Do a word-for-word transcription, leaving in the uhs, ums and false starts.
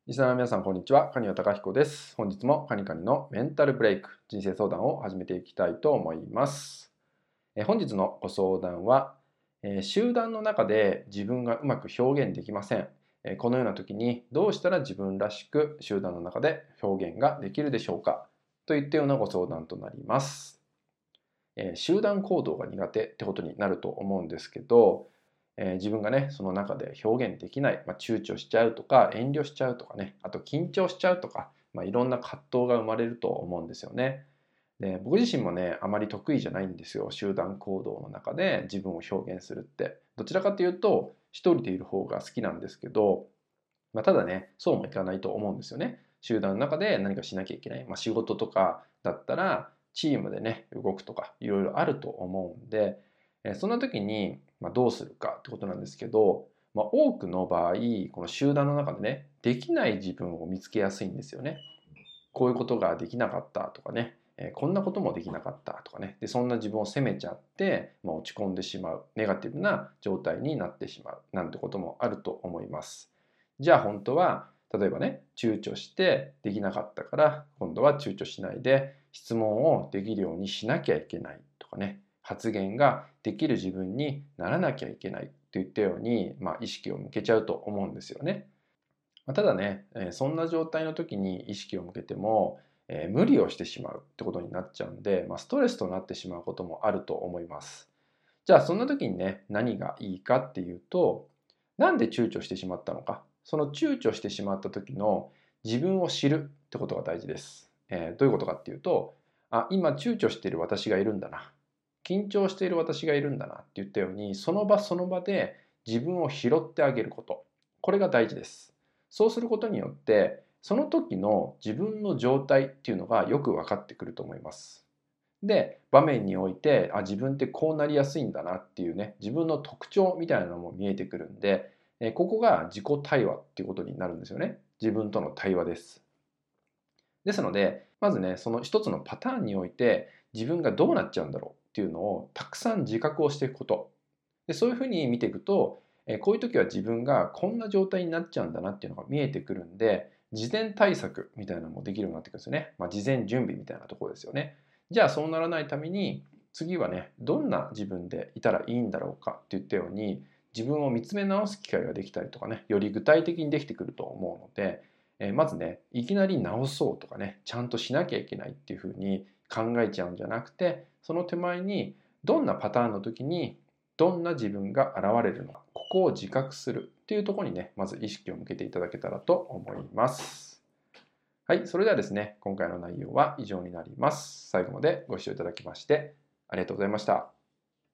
リスナーの皆さん、こんにちは。蟹尾隆彦です。本日もカニカニのメンタルブレイク、人生相談を始めていきたいと思います。え本日のご相談は、えー集団の中で自分がうまく表現できません。えーこのような時にどうしたら自分らしく集団の中で表現ができるでしょうかといったようなご相談となります。えー集団行動が苦手ってことになると思うんですけど、えー自分がね、その中で表現できない、まあ、躊躇しちゃうとか、遠慮しちゃうとかね、あと緊張しちゃうとか、まあ、いろんな葛藤が生まれると思うんですよね。で、僕自身もね、あまり得意じゃないんですよ。集団行動の中で自分を表現するって。どちらかというと、一人でいる方が好きなんですけど、まあ、ただね、そうもいかないと思うんですよね。集団の中で何かしなきゃいけない。まあ、仕事とかだったら、チームでね、動くとか、いろいろあると思うんで、えそんな時に、まあ、どうするかってことなんですけど、まあ、多くの場合、この集団の中でね、できない自分を見つけやすいんですよね。こういうことができなかったとかね、えこんなこともできなかったとかね、でそんな自分を責めちゃって、まあ、落ち込んでしまう、ネガティブな状態になってしまうなんてこともあると思います。じゃあ本当は、例えばね、躊躇してできなかったから、今度は躊躇しないで質問をできるようにしなきゃいけないとかね、発言ができる自分にならなきゃいけないといったように、まあ、意識を向けちゃうと思うんですよね。まあ、ただね、えーそんな状態の時に意識を向けても、えー無理をしてしまうってことになっちゃうんで、まあ、ストレスとなってしまうこともあると思います。じゃあそんな時にね、何がいいかっていうと、なんで躊躇してしまったのか、その躊躇してしまった時の自分を知るってことが大事です。えーどういうことかっていうと、あ、今躊躇している私がいるんだな。緊張している私がいるんだなって言ったように、その場その場で自分を拾ってあげること。これが大事です。そうすることによって、その時の自分の状態っていうのがよく分かってくると思います。で、場面において、あ、自分ってこうなりやすいんだなっていうね、自分の特徴みたいなのも見えてくるんで、えここが自己対話っていうことになるんですよね。自分との対話です。ですので、まずね、その一つのパターンにおいて、自分がどうなっちゃうんだろうっていうのをたくさん自覚をしていくこと。で、そういうふうに見ていくと、えこういう時は自分がこんな状態になっちゃうんだなっていうのが見えてくるんで、事前対策みたいなのもできるようになってくるんですよね。まあ、事前準備みたいなところですよね。じゃあそうならないために、次はね、どんな自分でいたらいいんだろうかって言ったように、自分を見つめ直す機会ができたりとかね、より具体的にできてくると思うので、えまずね、いきなり直そうとかね、ちゃんとしなきゃいけないっていうふうに考えちゃうんじゃなくて、その手前にどんなパターンの時にどんな自分が現れるのか、ここを自覚するっていうところにね、まず意識を向けていただけたらと思います。はい、それではですね、今回の内容は以上になります。最後までご視聴いただきましてありがとうございました。